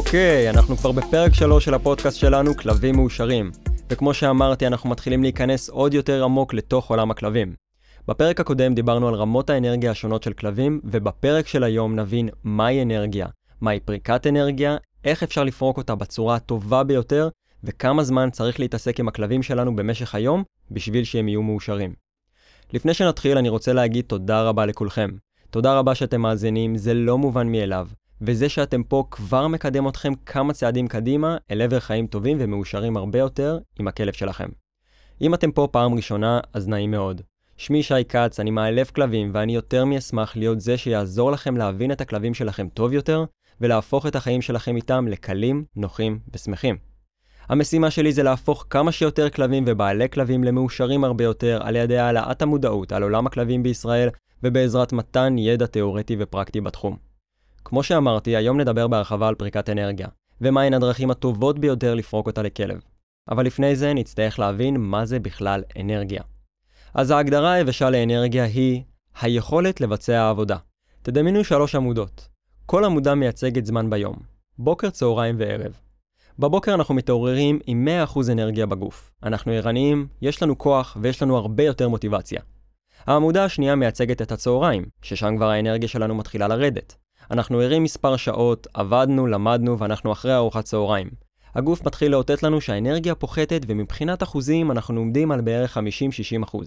אוקיי, אנחנו כבר בפרק 3 של הפודקאסט שלנו, כלבים מאושרים. וכמו שאמרתי, אנחנו מתחילים להיכנס עוד יותר עמוק לתוך עולם הכלבים. בפרק הקודם דיברנו על רמות האנרגיה השונות של כלבים, ובפרק של היום נבין מהי אנרגיה, מהי פריקת אנרגיה, איך אפשר לפרוק אותה בצורה הטובה ביותר, וכמה זמן צריך להתעסק עם הכלבים שלנו במשך היום, בשביל שהם יהיו מאושרים. לפני שנתחיל, אני רוצה להגיד תודה רבה לכולכם. תודה רבה שאתם מאזינים, זה לא מובן מאליו. וזה שאתם פה כבר מקדם אתכם כמה צעדים קדימה אל עבר חיים טובים ומאושרים הרבה יותר עם הכלב שלכם. אם אתם פה פעם ראשונה, אז נעים מאוד. שמי שי קץ, אני מאלף כלבים ואני יותר מאשמח להיות זה שיעזור לכם להבין את הכלבים שלכם טוב יותר ולהפוך את החיים שלכם איתם לקלים, נוחים ושמחים. המשימה שלי זה להפוך כמה שיותר כלבים ובעלי כלבים למאושרים הרבה יותר על ידי העלאת המודעות על עולם הכלבים בישראל ובעזרת מתן ידע תיאורטי ופרקטי בתחום. כמו שאמרתי, היום נדבר בהרחבה על פריקת אנרגיה, ומהן הדרכים הטובות ביותר לפרוק אותה לכלב. אבל לפני זה נצטרך להבין מה זה בכלל אנרגיה. אז ההגדרה היבשה לאנרגיה היא היכולת לבצע עבודה. תדמיינו 3 עמודות. כל עמודה מייצגת זמן ביום, בוקר, צהריים וערב. בבוקר אנחנו מתעוררים עם 100% אנרגיה בגוף. אנחנו ערניים, יש לנו כוח ויש לנו הרבה יותר מוטיבציה. העמודה השנייה מייצגת את הצהריים, ששם כבר האנרגיה שלנו מתחילה לרדת. אנחנו ערים מספר שעות, עבדנו, למדנו ואנחנו אחרי ארוחת צהריים. הגוף מתחיל לאותת לנו שהאנרגיה פוחתת ומבחינת אחוזים אנחנו עומדים על בערך 50-60%.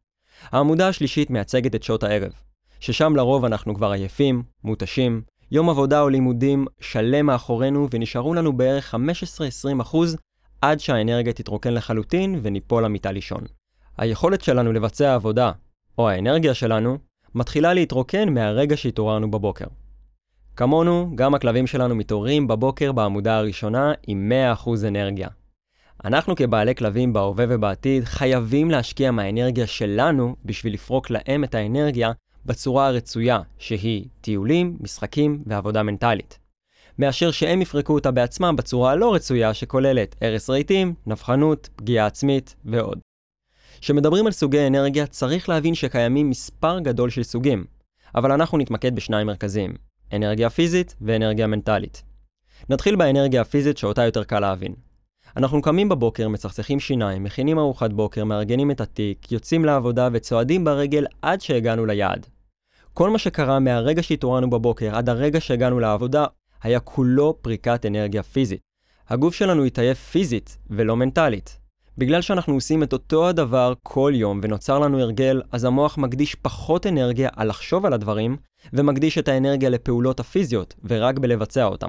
העמודה השלישית מייצגת את שעות הערב, ששם לרוב אנחנו כבר עייפים, מותשים, יום עבודה או לימודים שלם מאחורינו ונשארו לנו בערך 15-20% עד שהאנרגיה תתרוקן לחלוטין וניפול למיטה לישון. היכולת שלנו לבצע עבודה, או האנרגיה שלנו, מתחילה להתרוקן מהרגע שהתעוררנו בבוקר. כמונו, גם הכלבים שלנו מתעוררים בבוקר בעמודה הראשונה עם 100% אנרגיה. אנחנו כבעלי כלבים בהווה ובעתיד חייבים להשקיע מהאנרגיה שלנו בשביל לפרוק להם את האנרגיה בצורה הרצויה, שהיא טיולים, משחקים ועבודה מנטלית. מאשר שהם יפרקו אותה בעצמם בצורה הלא רצויה שכוללת הרס רהיטים, נפחנות, פגיעה עצמית ועוד. כשמדברים על סוגי אנרגיה צריך להבין שקיימים מספר גדול של סוגים, אבל אנחנו נתמקד בשניים מרכזיים. אנרגיה פיזית ואנרגיה מנטלית. נתחיל באנרגיה הפיזית שאותה יותר קל להבין. אנחנו קמים בבוקר, מצחצחים שיניים, מכינים ארוחת בוקר, מארגנים את התיק, יוצאים לעבודה וצועדים ברגל עד שהגענו ליעד. כל מה שקרה מהרגע שהתעוררנו בבוקר עד הרגע שהגענו לעבודה היה כולו פריקת אנרגיה פיזית. הגוף שלנו התעייף פיזית ולא מנטלית. בגלל שאנחנו עושים את אותו הדבר כל יום ונוצר לנו הרגל, אז המוח מקדיש פחות אנרגיה על לחשוב על הדברים, ומקדיש את האנרגיה לפעולות הפיזיות, ורק בלבצע אותם.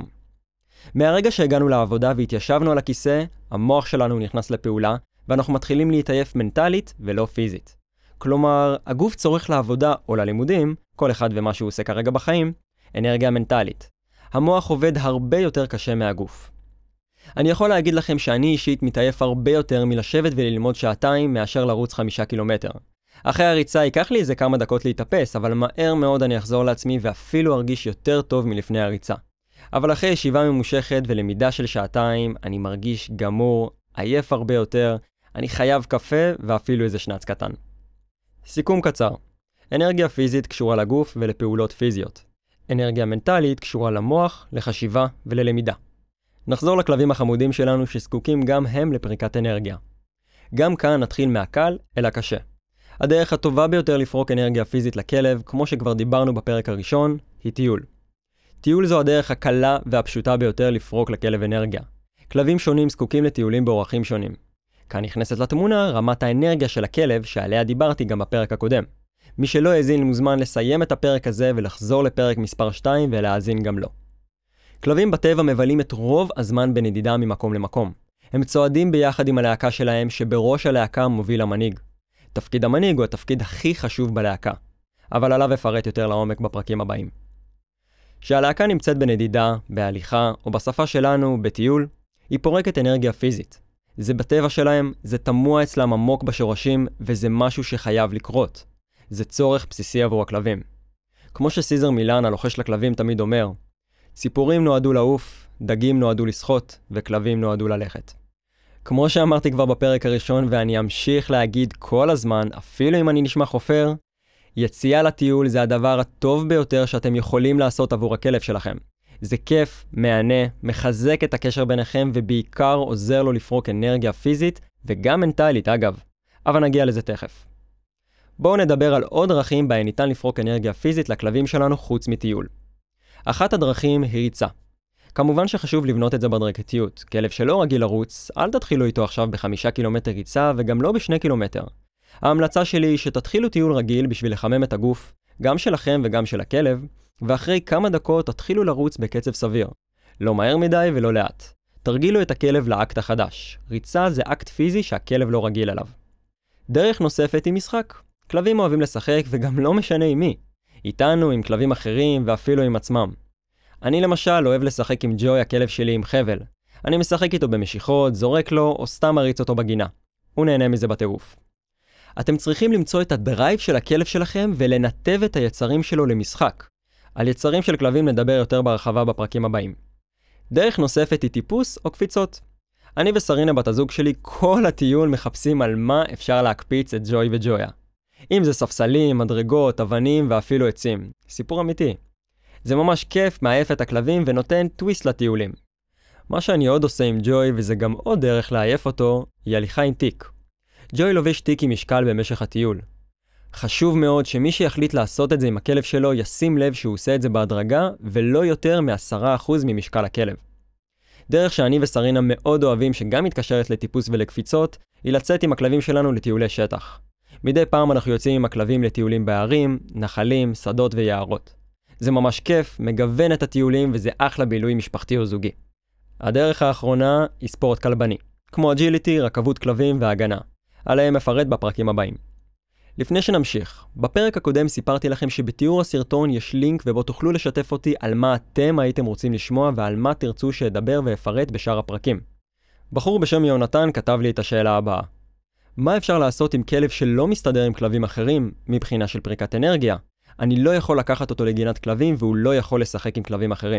מהרגע שהגענו לעבודה והתיישבנו על הכיסא, המוח שלנו נכנס לפעולה, ואנחנו מתחילים להתעייף מנטלית ולא פיזית. כלומר, הגוף צורך לעבודה או ללימודים, כל אחד ומה שהוא עושה כרגע בחיים, אנרגיה מנטלית. המוח עובד הרבה יותר קשה מהגוף. אני יכול להגיד לכם שאני אישית מתעייף הרבה יותר מלשבת וללמוד שעתיים מאשר לרוץ 5 קילומטר. אחרי הריצה ייקח לי איזה כמה דקות להתאפס, אבל מהר מאוד אני אחזור לעצמי ואפילו ארגיש יותר טוב מלפני הריצה. אבל אחרי ישיבה ממושכת ולמידה של שעתיים, אני מרגיש גמור, עייף הרבה יותר, אני חייב קפה ואפילו איזה שנץ קטן. סיכום קצר. אנרגיה פיזית קשורה לגוף ולפעולות פיזיות. אנרגיה מנטלית קשורה למוח, לחשיבה וללמידה. נחזור לכלבים החמודים שלנו שזקוקים גם הם לפריקת אנרגיה. גם כאן נתחיל מהקל אל הקשה. הדרך הטובה ביותר לפרוק אנרגיה פיזית לכלב, כמו שכבר דיברנו בפרק הראשון, היא טיול. טיול זו הדרך הקלה והפשוטה ביותר לפרוק לכלב אנרגיה. כלבים שונים זקוקים לטיולים באורחים שונים. כאן נכנסת לתמונה רמת האנרגיה של הכלב שעליה דיברתי גם בפרק הקודם. מי שלא האזין מוזמן לסיים את הפרק הזה ולחזור לפרק מספר 2 ולהאזין גם לו. כלבים בטבע מבלים את רוב הזמן בנדידה ממקום למקום. הם צועדים ביחד עם הלהקה שלהם שבראש הלהקה מוביל המנהיג. תפקיד המנהיג הוא התפקיד הכי חשוב בלהקה, אבל עליו אפרט יותר לעומק בפרקים הבאים. כשהלהקה נמצאת בנדידה, בהליכה או בשפה שלנו בטיול, היא פורקת אנרגיה פיזית. זה בטבע שלהם, זה תמוע אצלם עמוק בשורשים וזה משהו שחייב לקרות. זה צורך בסיסי עבור הכלבים. כמו שסיזר מילן, הלוחש לכלבים, תמיד אומר, ציפורים נועדו לעוף, דגים נועדו לשחות, וכלבים נועדו ללכת. כמו שאמרתי כבר בפרק הראשון, ואני אמשיך להגיד כל הזמן, אפילו אם אני נשמע חופר, יציאה לטיול זה הדבר הטוב ביותר שאתם יכולים לעשות עבור הכלב שלכם. זה כיף, מהנה, מחזק את הקשר ביניכם ובעיקר עוזר לו לפרוק אנרגיה פיזית וגם מנטלית אגב. אבל נגיע לזה תכף. בואו נדבר על עוד דרכים בהן ניתן לפרוק אנרגיה פיזית לכלבים שלנו חוץ מטיול. אחת הדרכים היא ריצה. כמובן שחשוב לבנות את זה בדרגתיות. כלב שלא רגיל לרוץ, אל תתחילו איתו עכשיו ב5 קילומטר ריצה וגם לא ב2 קילומטר. ההמלצה שלי היא שתתחילו טיול רגיל בשביל לחמם את הגוף, גם שלכם וגם של הכלב, ואחרי כמה דקות תתחילו לרוץ בקצב סביר. לא מהר מדי ולא לאט. תרגילו את הכלב לאקט החדש. ריצה זה אקט פיזי שהכלב לא רגיל אליו. דרך נוספת היא משחק. כלבים אוהבים לשחק וגם לא משנה עם מי. איתנו, עם כלבים אחרים ואפילו עם עצמם. אני למשל אוהב לשחק עם ג'וי הכלב שלי עם חבל. אני משחק איתו במשיכות, זורק לו או סתם מריץ אותו בגינה. הוא נהנה מזה בטירוף. אתם צריכים למצוא את הדרייב של הכלב שלכם ולנתב את היצרים שלו למשחק. על יצרים של כלבים נדבר יותר בהרחבה בפרקים הבאים. דרך נוספת היא טיפוס או קפיצות. אני וסרינה בת הזוג שלי כל הטיול מחפשים על מה אפשר להקפיץ את ג'וי וג'ויה. אם זה ספסלים, מדרגות, אבנים ואפילו עצים. סיפור אמיתי. זה ממש כיף, מעייף את הכלבים ונותן טוויסט לטיולים. מה שאני עוד עושה עם ג'וי, וזה גם עוד דרך לעייף אותו, היא הליכה עם תיק. ג'וי לובש תיק עם משקל במשך הטיול. חשוב מאוד שמי שיחליט לעשות את זה עם הכלב שלו ישים לב שהוא עושה את זה בהדרגה ולא יותר מ10% ממשקל הכלב. דרך שאני וסרינה מאוד אוהבים שגם מתקשרת לטיפוס ולקפיצות, היא לצאת עם הכלבים שלנו לטיולי שטח. מדי פעם אנחנו יוצאים עם הכלבים לטיולים בערים, נחלים, שדות ויערות. זה ממש כיף, מגוון את הטיולים וזה אחלה בילוי משפחתי או זוגי. הדרך האחרונה היא ספורט כלבני, כמו אג'יליטי, רכבות כלבים והגנה. עליהם מפרט בפרקים הבאים. לפני שנמשיך, בפרק הקודם סיפרתי לכם שבתיאור הסרטון יש לינק ובו תוכלו לשתף אותי על מה אתם הייתם רוצים לשמוע ועל מה תרצו שאדבר ואפרט בשאר הפרקים. בחור בשם יונתן כתב לי את השאלה הבאה. מה אפשר לעשות עם כלב שלא מסתדר עם כלבים אחרים מבחינה של פריקת אנרגיה? אני לא יכול לקחת אותו לגינת כלבים והוא לא יכול לשחק עם כלבים אחרים.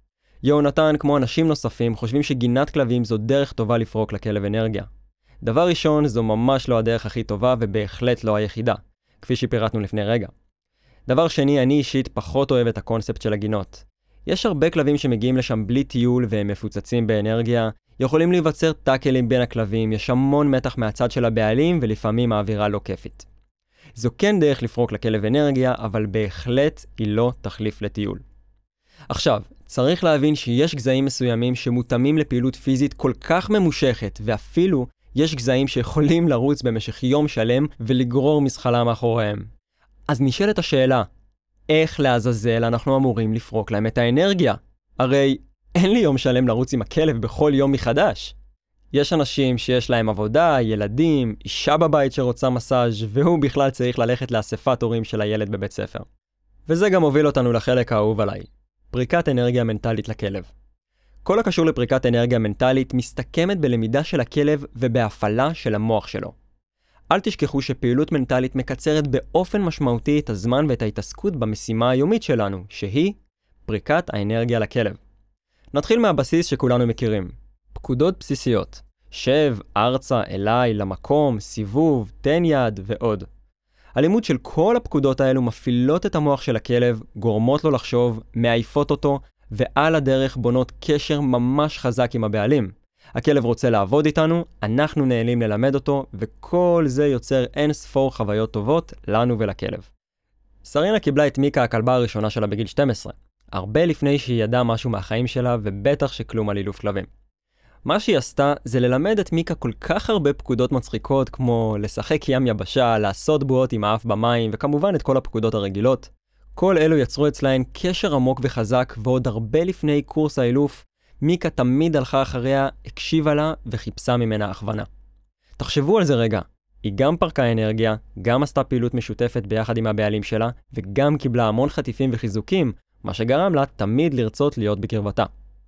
יונתן, כמו אנשים נוספים, חושבים שגינת כלבים זו דרך טובה לפרוק לכלב אנרגיה. דבר ראשון, זו ממש לא הדרך הכי טובה ובהחלט לא היחידה, כפי שפירטנו לפני רגע. דבר שני, אני אישית פחות אוהב את הקונספט של הגינות. יש הרבה כלבים שמגיעים לשם בלי טיול והם מפוצצים באנרגיה, יכולים להיווצר טאקלים בין הכלבים, יש המון מתח מהצד של הבעלים ולפעמים האווירה לא כיפית. זו כן דרך לפרוק לכלב אנרגיה, אבל בהחלט היא לא תחליף לטיול. עכשיו, צריך להבין שיש גזעים מסוימים שמותאמים לפעילות פיזית כל כך ממושכת, ואפילו יש גזעים שיכולים לרוץ במשך יום שלם ולגרור מסחלה מאחוריהם. אז נשאלת השאלה, איך לעזאזל אנחנו אמורים לפרוק להם את האנרגיה? הרי אין לי יום שלם לרוץ עם הכלב בכל יום מחדש. יש אנשים שיש להם עבודה, ילדים, אישה בבית שרוצה מסאז' והוא בכלל צריך ללכת לאספת הורים של הילד בבית ספר. וזה גם הוביל אותנו לחלק האהוב עליי, פריקת אנרגיה מנטלית לכלב. כל הקשור לפריקת אנרגיה מנטלית מסתכמת בלמידה של הכלב ובהפעלה של המוח שלו. אל תשכחו שפעילות מנטלית מקצרת באופן משמעותי את הזמן ואת ההתעסקות במשימה היומית שלנו, שהיא פריקת האנרגיה לכלב. נתחיל מהבסיס שכולנו מכירים. פקודות בסיסיות. שב, ארצה, אליי, למקום, סיבוב, תן יד ועוד. הלימוד של כל הפקודות האלו מפעילות את המוח של הכלב, גורמות לו לחשוב, מעייפות אותו, ועל הדרך בונות קשר ממש חזק עם הבעלים. הכלב רוצה לעבוד איתנו, אנחנו נהנים ללמד אותו, וכל זה יוצר אין ספור חוויות טובות לנו ולכלב. סרינה קיבלה את מיקה הכלבה הראשונה שלה בגיל 12, הרבה לפני שהיא ידעה משהו מהחיים שלה, ובטח שכלום על אילוף כלבים. מה שהיא עשתה זה ללמד את מיקה כל כך הרבה פקודות מצחיקות, כמו לשחק ים יבשה, לעשות בועות עם האף במים, וכמובן את כל הפקודות הרגילות. כל אלו יצרו אצלהן קשר עמוק וחזק, ועוד הרבה לפני קורס האילוף, מיקה תמיד הלכה אחריה, הקשיבה לה וחיפשה ממנה הכוונה. תחשבו על זה רגע, היא גם פרקה אנרגיה, גם עשתה פעילות משותפת ביחד עם הבעלים שלה, וגם קיבלה המון חטיפים וחיזוקים, מה שגרם לה תמיד לרצות להיות בקרבתה.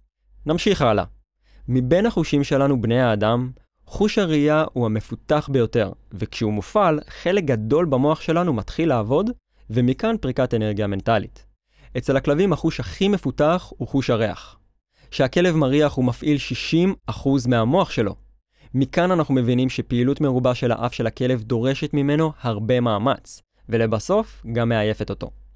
נמשיך הלאה. מבין החושים שלנו בני האדם, חוש הראייה הוא המפותח ביותר, וכשהוא מופעל, חלק גדול במוח שלנו מתחיל לעבוד, ומכאן פריקת אנרגיה מנטלית. אצל הכלבים החוש הכי מפותח הוא חוש הריח. כשהכלב מריח הוא מפעיל 60% מהמוח שלו. מכאן אנחנו מבינים שפעילות מרובה של האף של הכלב דורשת ממנו הרבה מאמץ, ולבסוף גם מעייפת אותו.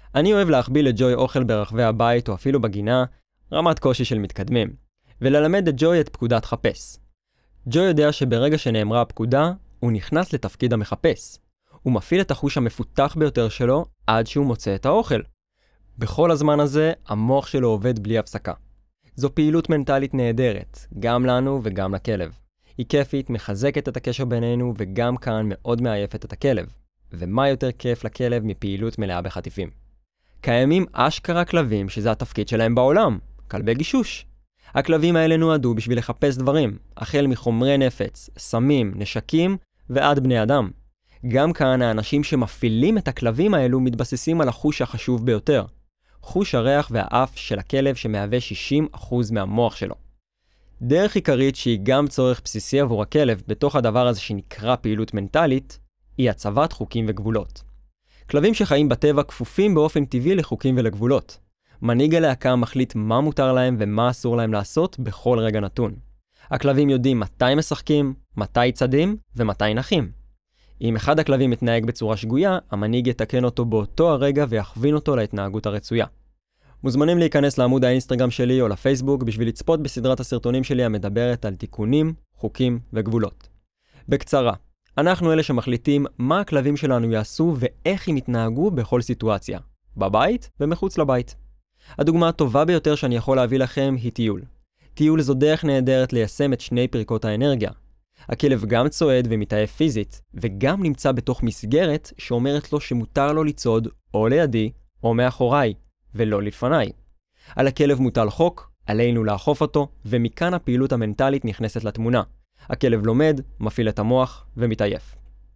אני אוהב להחביל לג'וי אוכל ברחבי הבית או אפילו בגינה, רמת קושי של מתקדמים, וללמד לג'וי את פקודת חפש. ג'וי יודע שברגע שנאמרה הפקודה, הוא נכנס לתפקיד המחפש. הוא מפעיל את החוש המפותח ביותר שלו עד שהוא מוצא את האוכל. בכל הזמן הזה, המוח שלו עובד בלי הפסקה. זו פעילות מנטלית נהדרת, גם לנו וגם לכלב. היא כיפית, מחזקת את הקשר בינינו וגם כאן מאוד מעייפת את הכלב. ומה יותר כיף לכלב מפעילות מלאה בחטיפים? קיימים אשכרה כלבים שזה התפקיד שלהם בעולם, כלבי גישוש. הכלבים האלה נועדו בשביל לחפש דברים, החל מחומרי נפץ, סמים, נשקים ועד בני אדם. גם כאן האנשים שמפעילים את הכלבים האלו מתבססים על החוש החשוב ביותר. חוש הריח והאף של הכלב שמהווה 60% מהמוח שלו. דרך עיקרית שהיא גם צורך בסיסי עבור הכלב בתוך הדבר הזה שנקרא פעילות מנטלית, היא הצבת חוקים וגבולות. כלבים שחיים בטבע כפופים באופן טבעי לחוקים ולגבולות. מנהיג הלהקה מחליט מה מותר להם ומה אסור להם לעשות בכל רגע נתון. הכלבים יודעים מתי משחקים, מתי צדים ומתי נחים. אם אחד הכלבים מתנהג בצורה שגויה, המנהיג יתקן אותו באותו הרגע ויכווין אותו להתנהגות הרצויה. מוזמנים להיכנס לעמוד האינסטגרם שלי או לפייסבוק בשביל לצפות בסדרת הסרטונים שלי המדברת על תיקונים, חוקים וגבולות. בקצרה, אנחנו אלה שמחליטים מה הכלבים שלנו יעשו ואיך הם יתנהגו בכל סיטואציה, בבית ומחוץ לבית. הדוגמה הטובה ביותר שאני יכול להביא לכם היא טיול. טיול זו דרך נהדרת ליישם את שני פריקות האנרגיה. הכלב גם צועד ומתעייף פיזית, וגם נמצא בתוך מסגרת שאומרת לו שמותר לו לצעוד או לידי או מאחוריי, ולא לפניי. על הכלב מוטל חוק, עלינו לאכוף אותו, ומכאן הפעילות המנטלית נכנסת לתמונה. הכלב לומד, מפעיל את המוח ומתעייף.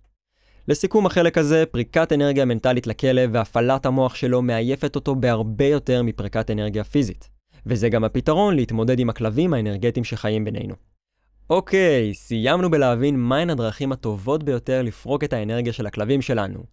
לסיכום החלק הזה, פריקת אנרגיה מנטלית לכלב והפעלת המוח שלו מעייפת אותו בהרבה יותר מפריקת אנרגיה פיזית. וזה גם הפתרון להתמודד עם הכלבים האנרגטיים שחיים בינינו. אוקיי, סיימנו בלהבין מהן הדרכים הטובות ביותר לפרוק את האנרגיה של הכלבים שלנו.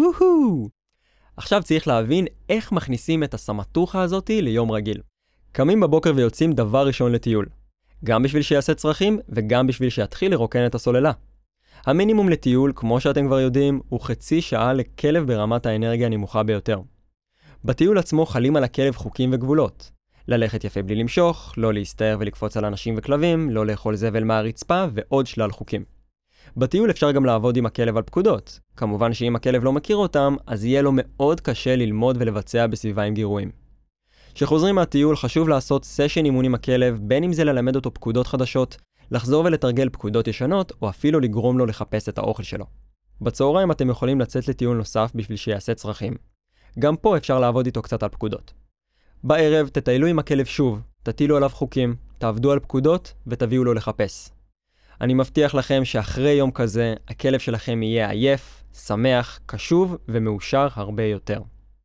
וואו! עכשיו צריך להבין איך מכניסים את הסמטוחה הזאתי ליום רגיל. קמים בבוקר ויוצאים דבר ראשון לטיול. גם בשביל שיעשה צרכים וגם בשביל שיתחיל לרוקן את הסוללה. המינימום לטיול, כמו שאתם כבר יודעים, הוא חצי שעה לכלב ברמת האנרגיה הנמוכה ביותר. בטיול עצמו חלים על הכלב חוקים וגבולות. ללכת יפה בלי למשוך, לא להסתער ולקפוץ על אנשים וכלבים, לא לאכול זבל מהרצפה ועוד שלל חוקים. בטיול אפשר גם לעבוד עם הכלב על פקודות. כמובן שאם הכלב לא מכיר אותם, אז יהיה לו מאוד קשה ללמוד ולבצע בסביבה עם גירויים. כשחוזרים מהטיול חשוב לעשות סשן אימון עם הכלב, בין אם זה ללמד אותו פקודות חדשות, לחזור ולתרגל פקודות ישנות, או אפילו לגרום לו לחפש את האוכל שלו. בצהריים אתם יכולים לצאת לטיול נוסף בשביל שיעשה צרכים. גם פה אפשר לעבוד איתו קצת על פקודות. בערב תטיילו עם הכלב שוב, תטילו עליו חוקים, תעבדו על פקודות ותביאו לו לחפש. אני מבטיח לכם שאחרי יום כזה, הכלב שלכם יהיה עייף, שמח, קשוב ומאושר הרבה יותר.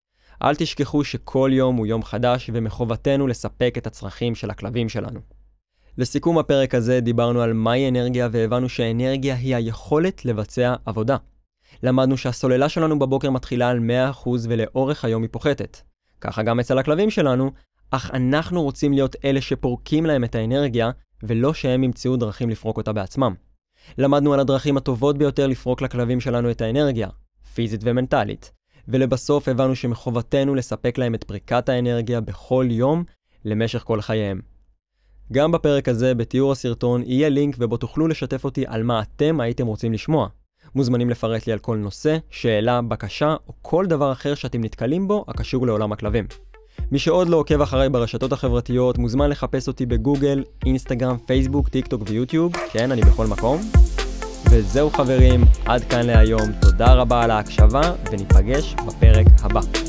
אל תשכחו שכל יום הוא יום חדש ומחובתנו לספק את הצרכים של הכלבים שלנו. לסיכום הפרק הזה דיברנו על מהי אנרגיה והבנו שהאנרגיה היא היכולת לבצע עבודה. למדנו שהסוללה שלנו בבוקר מתחילה על 100% ולאורך היום היא פוחתת. ככה גם אצל הכלבים שלנו, אך אנחנו רוצים להיות אלה שפורקים להם את האנרגיה ולא שהם ימצאו דרכים לפרוק אותה בעצמם. למדנו על הדרכים הטובות ביותר לפרוק לכלבים שלנו את האנרגיה, פיזית ומנטלית. ולבסוף הבנו שמחובתנו לספק להם את פריקת האנרגיה בכל יום למשך כל חייהם. גם בפרק הזה, בתיאור הסרטון, יהיה לינק ובו תוכלו לשתף אותי על מה אתם הייתם רוצים לשמוע. מוזמנים לפרט לי על כל נושא, שאלה, בקשה או כל דבר אחר שאתם נתקלים בו הקשור לעולם הכלבים. מי שעוד לא עוקב אחריי ברשתות החברתיות, מוזמן לחפש אותי בגוגל, אינסטגרם, פייסבוק, טיק טוק ויוטיוב. כן, אני בכל מקום. וזהו חברים, עד כאן להיום. תודה רבה על ההקשבה וניפגש בפרק הבא.